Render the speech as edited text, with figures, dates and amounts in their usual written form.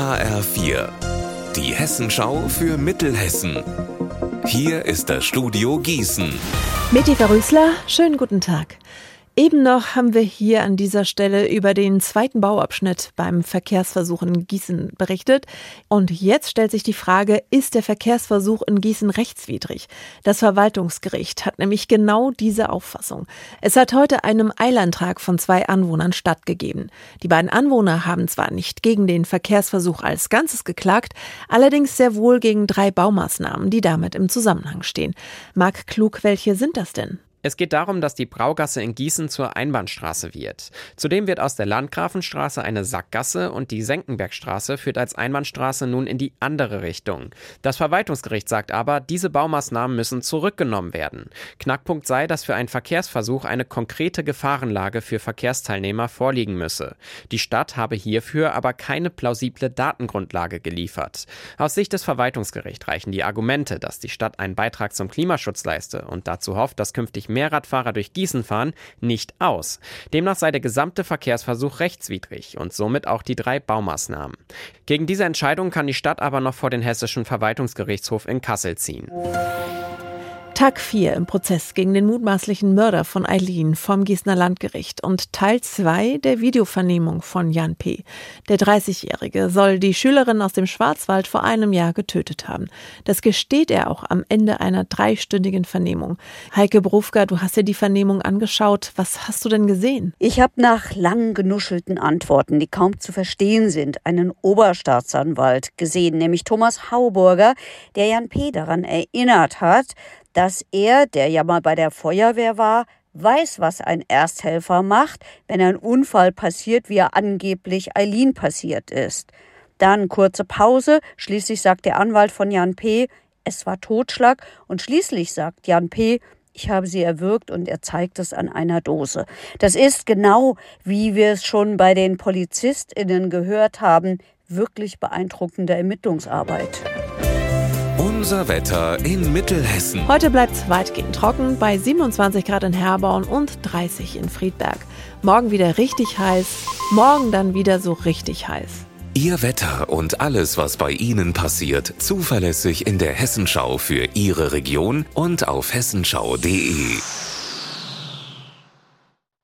HR4, die Hessenschau für Mittelhessen. Hier ist das Studio Gießen. Metika Rösler, schönen guten Tag. Eben noch haben wir hier an dieser Stelle über den zweiten Bauabschnitt beim Verkehrsversuch in Gießen berichtet. Und jetzt stellt sich die Frage, ist der Verkehrsversuch in Gießen rechtswidrig? Das Verwaltungsgericht hat nämlich genau diese Auffassung. Es hat heute einem Eilantrag von 2 Anwohnern stattgegeben. Die beiden Anwohner haben zwar nicht gegen den Verkehrsversuch als Ganzes geklagt, allerdings sehr wohl gegen 3 Baumaßnahmen, die damit im Zusammenhang stehen. Marc Klug, welche sind das denn? Es geht darum, dass die Braugasse in Gießen zur Einbahnstraße wird. Zudem wird aus der Landgrafenstraße eine Sackgasse und die Senckenbergstraße führt als Einbahnstraße nun in die andere Richtung. Das Verwaltungsgericht sagt aber, diese Baumaßnahmen müssen zurückgenommen werden. Knackpunkt sei, dass für einen Verkehrsversuch eine konkrete Gefahrenlage für Verkehrsteilnehmer vorliegen müsse. Die Stadt habe hierfür aber keine plausible Datengrundlage geliefert. Aus Sicht des Verwaltungsgerichts reichen die Argumente, dass die Stadt einen Beitrag zum Klimaschutz leiste und dazu hofft, dass künftig mehr Radfahrer durch Gießen fahren, nicht aus. Demnach sei der gesamte Verkehrsversuch rechtswidrig und somit auch die 3 Baumaßnahmen. Gegen diese Entscheidung kann die Stadt aber noch vor den Hessischen Verwaltungsgerichtshof in Kassel ziehen. Tag 4 im Prozess gegen den mutmaßlichen Mörder von Eileen vom Gießener Landgericht und Teil 2 der Videovernehmung von Jan P. Der 30-Jährige soll die Schülerin aus dem Schwarzwald vor einem Jahr getötet haben. Das gesteht er auch am Ende einer 3-stündigen Vernehmung. Heike Brufka, du hast dir die Vernehmung angeschaut. Was hast du denn gesehen? Ich habe nach lang genuschelten Antworten, die kaum zu verstehen sind, einen Oberstaatsanwalt gesehen, nämlich Thomas Hauburger, der Jan P. daran erinnert hat, dass er, der ja mal bei der Feuerwehr war, weiß, was ein Ersthelfer macht, wenn ein Unfall passiert, wie er angeblich Eileen passiert ist. Dann kurze Pause, schließlich sagt der Anwalt von Jan P., es war Totschlag und schließlich sagt Jan P., ich habe sie erwürgt und er zeigt es an einer Dose. Das ist genau, wie wir es schon bei den PolizistInnen gehört haben, wirklich beeindruckende Ermittlungsarbeit. Unser Wetter in Mittelhessen. Heute bleibt es weitgehend trocken, bei 27 Grad in Herborn und 30 in Friedberg. Morgen wieder richtig heiß, morgen dann wieder so richtig heiß. Ihr Wetter und alles, was bei Ihnen passiert, zuverlässig in der Hessenschau für Ihre Region und auf hessenschau.de.